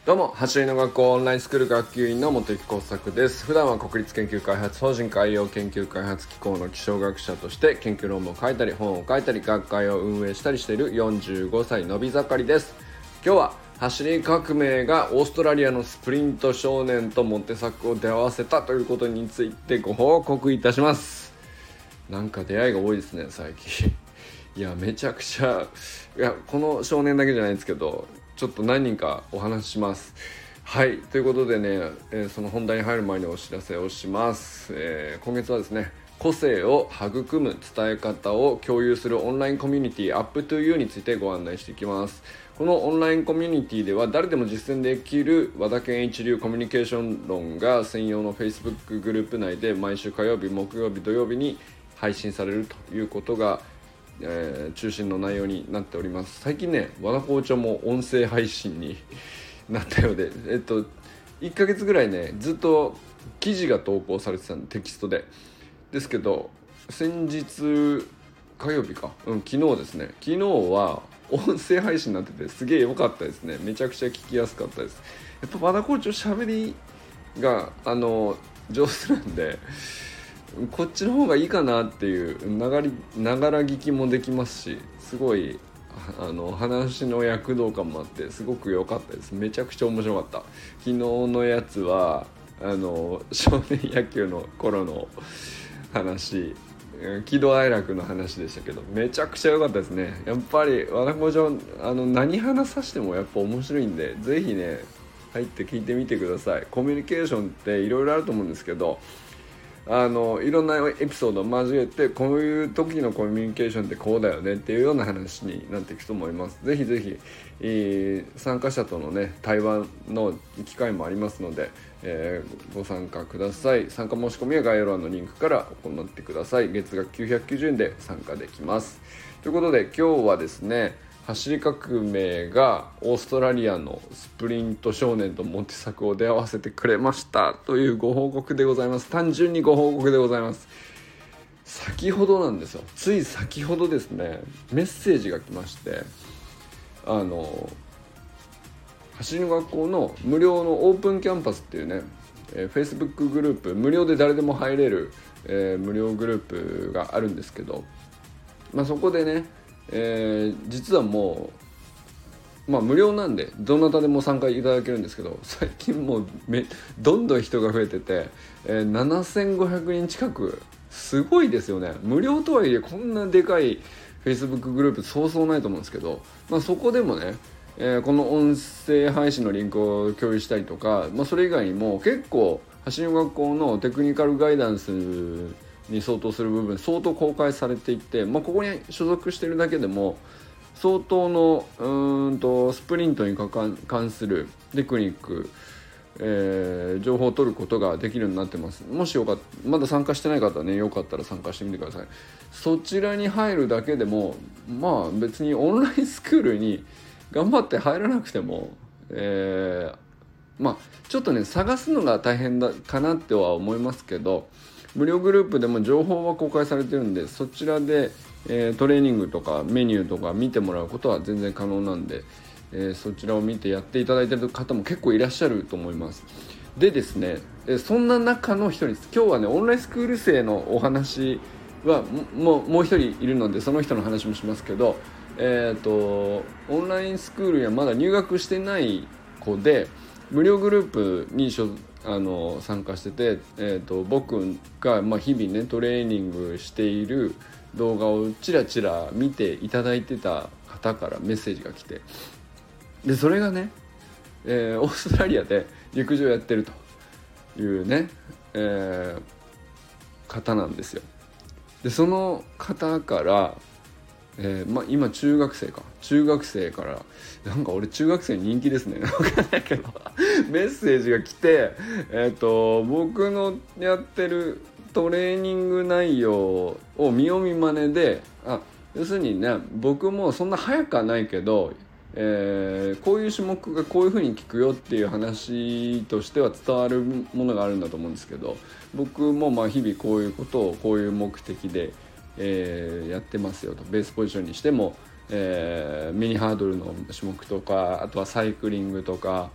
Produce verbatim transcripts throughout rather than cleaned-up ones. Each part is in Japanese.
どうも、走りの学校オンラインスクール学級委員の本木耕作です。普段は国立研究開発法人海洋研究開発機構の気象学者として研究論文を書いたり本を書いたり学会を運営したりしているよんじゅうごさいのび盛りです。今日は走り革命がオーストラリアのスプリント少年とモテ作を出会わせたということについてご報告いたします。なんか出会いが多いですね最近。いやめちゃくちゃいやこの少年だけじゃないんですけど、ちょっと何人かお話しします。はい、ということでね、えー、その本題に入る前にお知らせをします。えー、今月はですね、個性を育む伝え方を共有するオンラインコミュニティ アップトゥーユー についてご案内していきます。このオンラインコミュニティでは誰でも実践できる和田健一流コミュニケーション論が専用の Facebook グループ内で毎週火曜日、木曜日、土曜日に配信されるということがえー、中心の内容になっております。最近ね、和田校長も音声配信になったようで、えっといっかげつぐらいねずっと記事が投稿されてたの、テキストでですけど、先日火曜日か、うん、昨日ですね、昨日は音声配信になっててすげえ良かったですね。めちゃくちゃ聞きやすかったです。やっぱ和田校長喋りがあの上手なんで、こっちの方がいいかなっていうながりながら聞きもできますし、すごいあの話の躍動感もあってすごく良かったです。めちゃくちゃ面白かった。昨日のやつはあの少年野球の頃の話、喜怒哀楽の話でしたけど、めちゃくちゃ良かったですね。やっぱり和田校長あの何話させてもやっぱ面白いんで、ぜひね入って聞いてみてください。コミュニケーションっていろいろあると思うんですけど、あのいろんなエピソードを交えてこういう時のコミュニケーションってこうだよねっていうような話になっていくと思います。ぜひぜひ、えー、参加者とのね対話の機会もありますので、えー、ご参加ください。参加申し込みは概要欄のリンクから行ってください。月額きゅうひゃくきゅうじゅうえんで参加できます。ということで今日はですね、走り革命がオーストラリアのスプリント少年とモテ作を出会わせてくれましたというご報告でございます。単純にご報告でございます。先ほどなんですよ、つい先ほどですね、メッセージが来まして、あの走りの学校の無料のオープンキャンパスっていうね、えー、Facebook グループ、無料で誰でも入れる、えー、無料グループがあるんですけど、まあ、そこでねえー、実はもう、まあ、無料なんでどなたでも参加いただけるんですけど、最近もうめどんどん人が増えてて、えー、ななせんごひゃくにん近く、すごいですよね。無料とはいえこんなでかい Facebook グループそうそうないと思うんですけど、まあ、そこでもね、えー、この音声配信のリンクを共有したりとか、まあ、それ以外にも結構走りの学校のテクニカルガイダンスに相当する部分相当公開されていて、まあ、ここに所属しているだけでも相当のうーんとスプリントに関するテクニック、えー、情報を取ることができるようになってます。もしよかったまだ参加してない方はね、よかったら参加してみてください。そちらに入るだけでもまあ別にオンラインスクールに頑張って入らなくても、えー、まあちょっとね探すのが大変だかなっては思いますけど、無料グループでも情報は公開されてるんで、そちらで、えー、トレーニングとかメニューとか見てもらうことは全然可能なんで、えー、そちらを見てやっていただいている方も結構いらっしゃると思います。でですね、えー、そんな中の一人です。今日はねオンラインスクール生のお話はもう、もう一人いるのでその人の話もしますけど、えーと、オンラインスクールにはまだ入学してない子で無料グループに所あの参加してて、えーと、僕が、まあ、日々ねトレーニングしている動画をチラチラ見ていただいてた方からメッセージが来て、でそれがね、えー、オーストラリアで陸上やってるというね、えー、方なんですよ。でその方からえーまあ、今中学生か中学生からなんか俺中学生人気ですね分かんないけどメッセージが来て、えーと、僕のやってるトレーニング内容を見よう見まねで、あ要するにね僕もそんな速くはないけど、えー、こういう種目がこういう風に効くよっていう話としては伝わるものがあるんだと思うんですけど、僕もまあ日々こういうことをこういう目的でえー、やってますよと。ベースポジションにしても、えー、ミニハードルの種目とか、あとはサイクリングとか、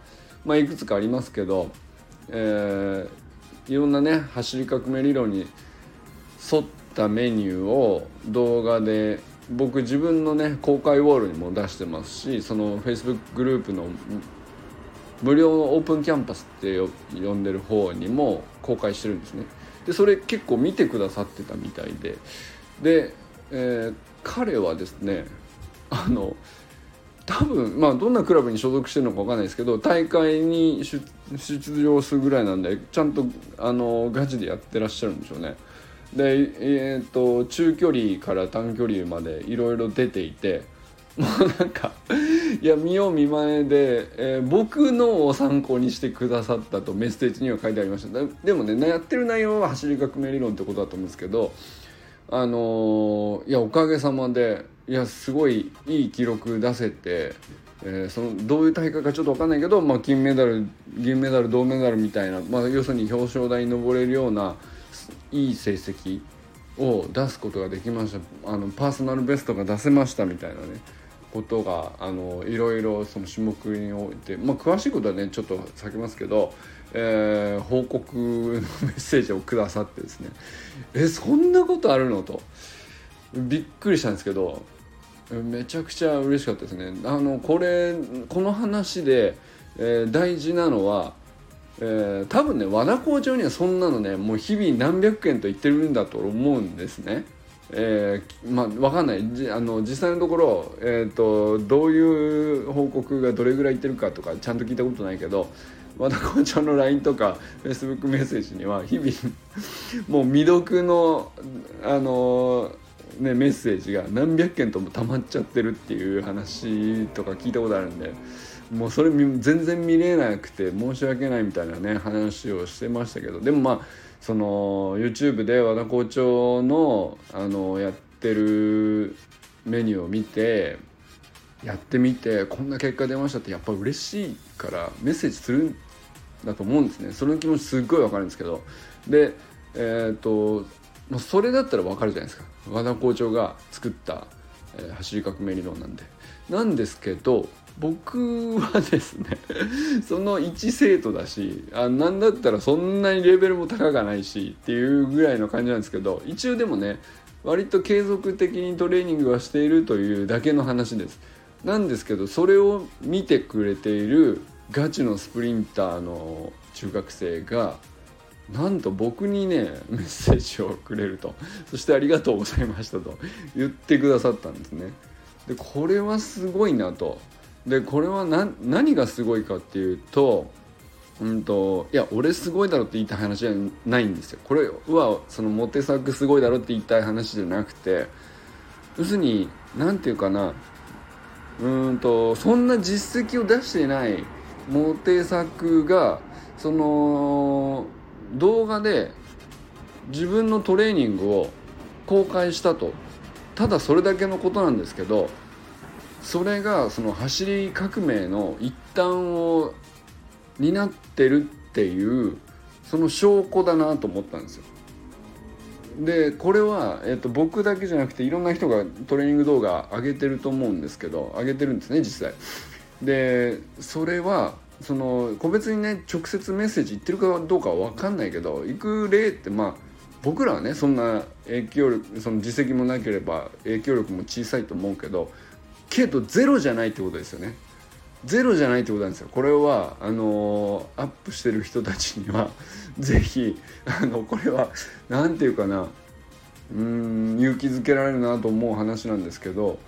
まあ、いくつかありますけど、えー、いろんなね走り革命理論に沿ったメニューを動画で僕自分のね公開ウォールにも出してますし、その Facebook グループの無料のオープンキャンパスって呼んでる方にも公開してるんですね。でそれ結構見てくださってたみたいで、で、えー、彼はですねあの多分まあどんなクラブに所属してるのか分かんないですけど、大会に出場するぐらいなんでちゃんとあのガチでやってらっしゃるんでしょうね。で、えー、と中距離から短距離までいろいろ出ていて、もうなんかいや見よう見まねで、えー、僕のを参考にしてくださったとメッセージには書いてありました。でもねやってる内容は走り革命理論ってことだと思うんですけど、あのー、いやおかげさまでいやすごいいい記録出せて、えー、そのどういう大会かちょっと分かんないけど、まあ、金メダル銀メダル銅メダルみたいな、まあ、要するに表彰台に上れるようないい成績を出すことができました。あのパーソナルベストが出せましたみたいなねことがあのいろいろその種目において、まあ、詳しいことはねちょっと避けますけど、えー、報告のメッセージをくださってですね、えそんなことあるのとびっくりしたんですけど、めちゃくちゃ嬉しかったですね。あのこれこの話で、えー、大事なのは、えー、多分ね和田校長にはそんなのねもう日々何百件と言ってるんだと思うんですね。えー、まあ分かんないじあの実際のところ、えーと、どういう報告がどれぐらい言ってるかとかちゃんと聞いたことないけど、和田校長の ライン とか Facebook メッセージには日々もう未読のあのね、メッセージが何百件とも溜まっちゃってるっていう話とか聞いたことあるんで、もうそれ全然見れなくて申し訳ないみたいなね話をしてましたけど、でもまあその YouTube で和田校長のあのやってるメニューを見てやってみてこんな結果出ましたってやっぱ嬉しいからメッセージするんだと思うんですね。その気持ちすっごいわかるんですけど、でえっともうそれだったらわかるじゃないですか、和田校長が作った、えー、走り革命理論なんで。なんですけど僕はですねその一生徒だし、あなんだったらそんなにレベルも高くないしっていうぐらいの感じなんですけど、一応でもね割と継続的にトレーニングはしているというだけの話です。なんですけどそれを見てくれているガチのスプリンターの中学生がなんと僕にねメッセージをくれると、そしてありがとうございましたと言ってくださったんですね。でこれはすごいなと。でこれは何何がすごいかっていうと、うんといや俺すごいだろって言いたい話じゃないんですよ。これはそのモテ作すごいだろって言いたい話じゃなくて、要するに何ていうかな、うんとそんな実績を出していないモテ作がその動画で自分のトレーニングを公開したと、ただそれだけのことなんですけど、それがその走り革命の一端を担ってるっていうその証拠だなと思ったんですよ。でこれは、えっと、僕だけじゃなくていろんな人がトレーニング動画上げてると思うんですけど、上げてるんですね実際で。それはその個別にね直接メッセージ言ってるかどうかは分かんないけど、行く例ってまあ僕らはねそんな影響力その実績もなければ影響力も小さいと思うけど、けどゼロじゃないってことですよね。ゼロじゃないってことなんですよ。これはあのアップしてる人たちにはぜひあのこれはなんていうかな、うーん勇気づけられるなと思う話なんですけど、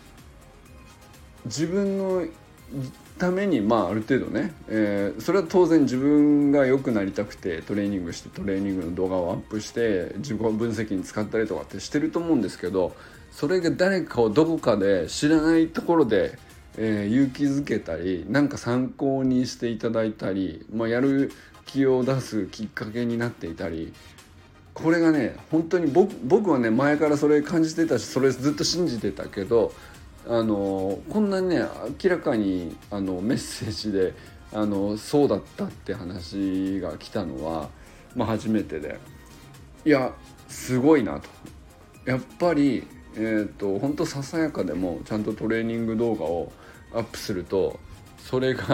自分のためにまあある程度ね、えー、それは当然自分が良くなりたくてトレーニングしてトレーニングの動画をアップして自己分析に使ったりとかってしてると思うんですけど、それが誰かをどこかで知らないところで、えー、勇気づけたりなんか参考にしていただいたり、まあ、やる気を出すきっかけになっていたり、これがね本当に 僕, 僕はね前からそれ感じてたしそれずっと信じてたけど、あのこんなにね明らかにあのメッセージであのそうだったって話が来たのは、まあ、初めてで、いやすごいなと。やっぱりえーと本当ささやかでもちゃんとトレーニング動画をアップするとそれが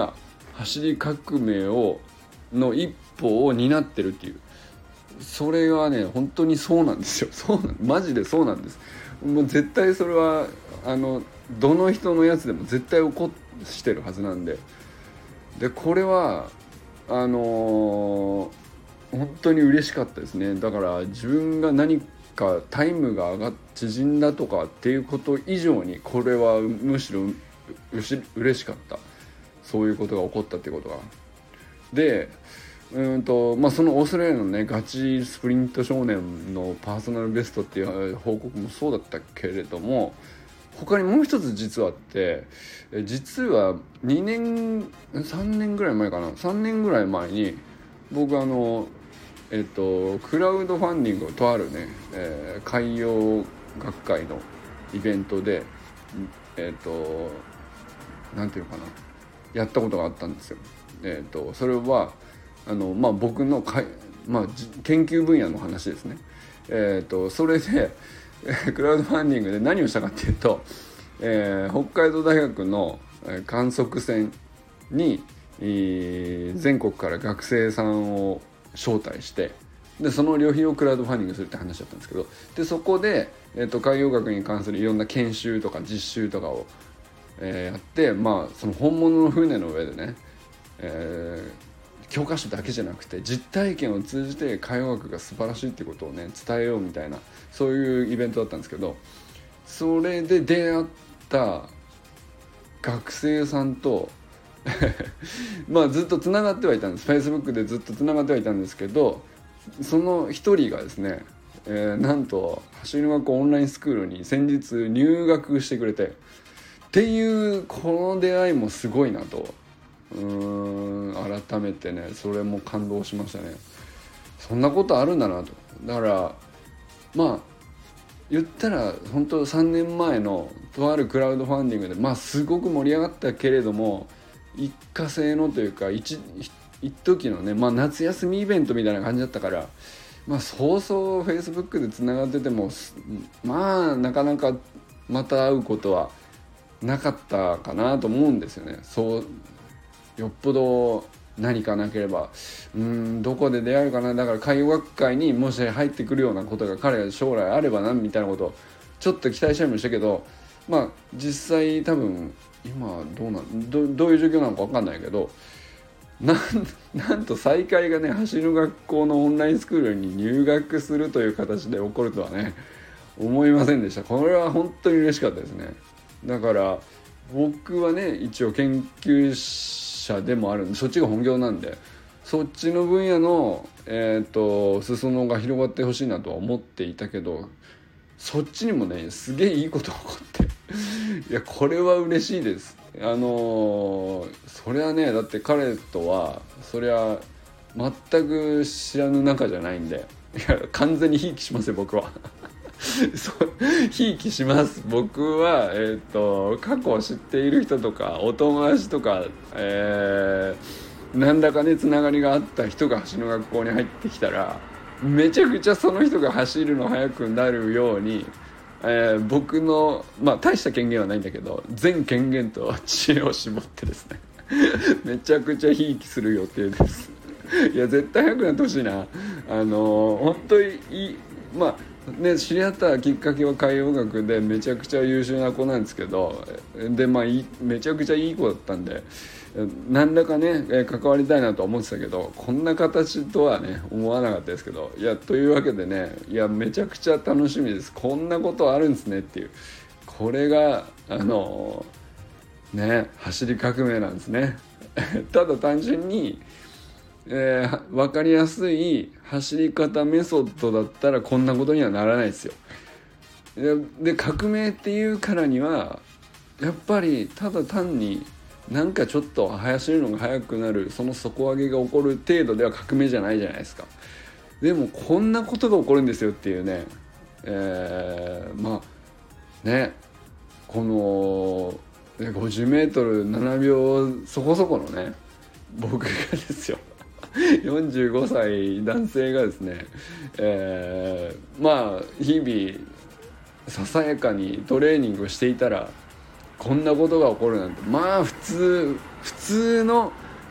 走り革命をの一歩を担ってるっていう、それはね本当にそうなんですよ。そうなんマジでそうなんです。もう絶対それはあのどの人のやつでも絶対起こしてるはずなんで、でこれはあのー、本当に嬉しかったですね。だから自分が何かタイムが上がっ縮んだとかっていうこと以上に、これはむしろうし嬉しかった。そういうことが起こったっていうことが。でうんとまあ、そのオーストラリアのねガチスプリント少年のパーソナルベストっていう報告もそうだったけれども、他にもう一つ実はあって、実はにねんさんねんぐらい前かなさんねんぐらい前に僕あのえっとクラウドファンディングとあるね、えー、海洋学会のイベントでえっとなんていうのかなやったことがあったんですよ。えっとそれはあの、まあ、僕のかい、まあ、研究分野の話ですね。えっとそれでクラウドファンディングで何をしたかっていうと、えー、北海道大学の観測船に、えー、全国から学生さんを招待して、でその旅費をクラウドファンディングするって話だったんですけど、でそこで、えー、と海洋学に関するいろんな研修とか実習とかを、えー、やって、まあ、その本物の船の上でね、えー教科書だけじゃなくて実体験を通じて海洋学が素晴らしいってことをね伝えようみたいな、そういうイベントだったんですけど、それで出会った学生さんとまあずっとつながってはいたんです。 Facebook でずっとつながってはいたんですけど、その一人がですね、えー、なんと走りの学校オンラインスクールに先日入学してくれてっていう、この出会いもすごいなと、うーん改めてねそれも感動しましたね。そんなことあるんだなと。だからまあ言ったら本当さんねんまえのとあるクラウドファンディングでまあすごく盛り上がったけれども、一過性のというか一一時のね、まあ、夏休みイベントみたいな感じだったから、まあそうそう Facebook でつながっててもまあなかなかまた会うことはなかったかなと思うんですよね。そうよっぽど何かなければ、うーんどこで出会えるかな。だから海洋学会にもし入ってくるようなことが彼が将来あればなみたいなことをちょっと期待したりもしたけど、まあ実際多分今どうなん ど, どういう状況なのか分かんないけど、なんなんと再開がね走る学校のオンラインスクールに入学するという形で起こるとはね思いませんでした。これは本当に嬉しかったですね。だから僕はね一応研究者でもあるんで、そっちが本業なんでそっちの分野の、えー、と裾野が広がってほしいなとは思っていたけど、そっちにもねすげえいいことが起こっていやこれは嬉しいです。あのー、それはねだって彼とはそれは全く知らぬ仲じゃないんで、いや完全にひいきしますよ僕はそうひいきします。僕は、えー、と過去を知っている人とかお友達とか、えー、何らかねつながりがあった人が走る学校に入ってきたらめちゃくちゃその人が走るの速くなるように、えー、僕のまあ大した権限はないんだけど全権限と知恵を絞ってですねめちゃくちゃひいきする予定です。いや絶対速くなってほしいな。あのー、本当にいいまあね、知り合ったきっかけは海洋学でめちゃくちゃ優秀な子なんですけど、でまあいいめちゃくちゃいい子だったんで何らかね関わりたいなと思ってたけど、こんな形とはね思わなかったですけど、いやというわけでね、いやめちゃくちゃ楽しみです。こんなことあるんですねっていう、これがあのね走り革命なんですねただ単純にえー、分かりやすい走り方メソッドだったらこんなことにはならないですよ。で、で革命っていうからにはやっぱりただ単になんかちょっと走るのが速くなるその底上げが起こる程度では革命じゃないじゃないですか。でもこんなことが起こるんですよっていうね、えー、まあねこのごじゅうメートルななびょうそこそこのね僕がですよよんじゅうごさい男性がですね、えー、まあ日々ささやかにトレーニングをしていたらこんなことが起こるなんて、まあ普通普通の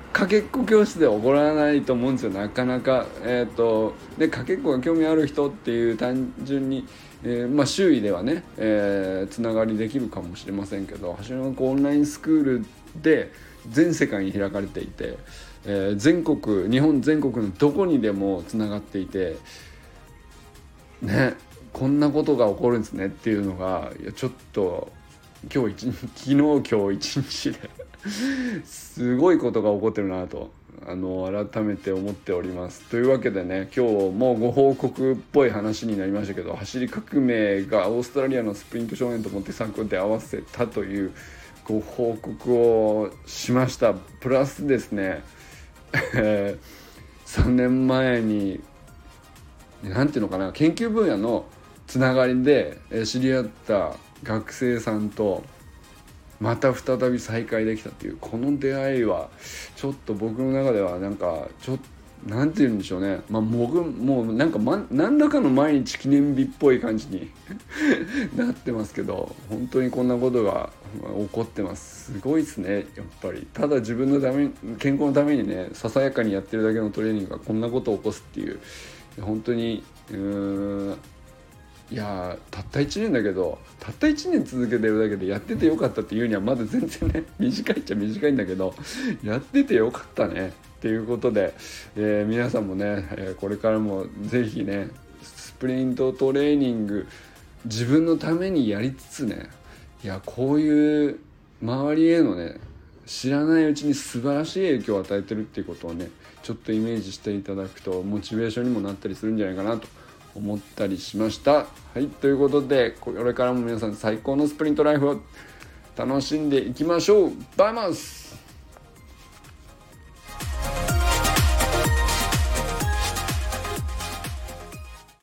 かけっこ教室では起こらないと思うんですよ、なかなか。えっとでかけっこが興味ある人っていう単純に、えーまあ、周囲ではね、えー、つながりできるかもしれませんけど、橋の子オンラインスクールで全世界に開かれていて、えー、全国日本全国のどこにでもつながっていてね、こんなことが起こるんですねっていうのが、いやちょっと今日一日昨日今日一日ですごいことが起こってるなとあの改めて思っております。というわけでね、今日もご報告っぽい話になりましたけど、走り革命がオーストラリアのスプリント少年とモテさんくんで合わせたというご報告をしました。プラスですねさんねんまえになんていうのかな、研究分野のつながりで知り合った学生さんとまた再び再会できたっていうこの出会いはちょっと僕の中ではなんかちょっとなんて言うんでしょうね、まあ僕もうなんか、ま、何らかの毎日記念日っぽい感じになってますけど、本当にこんなことが起こってます。すごいですね、やっぱり。ただ自分のため健康のためにね、ささやかにやってるだけのトレーニングがこんなことを起こすっていう、本当にうーんいやたったいちねんだけど、たったいちねん続けてるだけでやっててよかったっていうにはまだ全然ね短いっちゃ短いんだけど、やっててよかったねっていうことで、えー、皆さんもね、えー、これからもぜひねスプリントトレーニング自分のためにやりつつね、いやこういう周りへのね知らないうちに素晴らしい影響を与えてるっていうことをねちょっとイメージしていただくとモチベーションにもなったりするんじゃないかなと思ったりしました。はい、ということでこれからも皆さん最高のスプリントライフを楽しんでいきましょう。バイマス。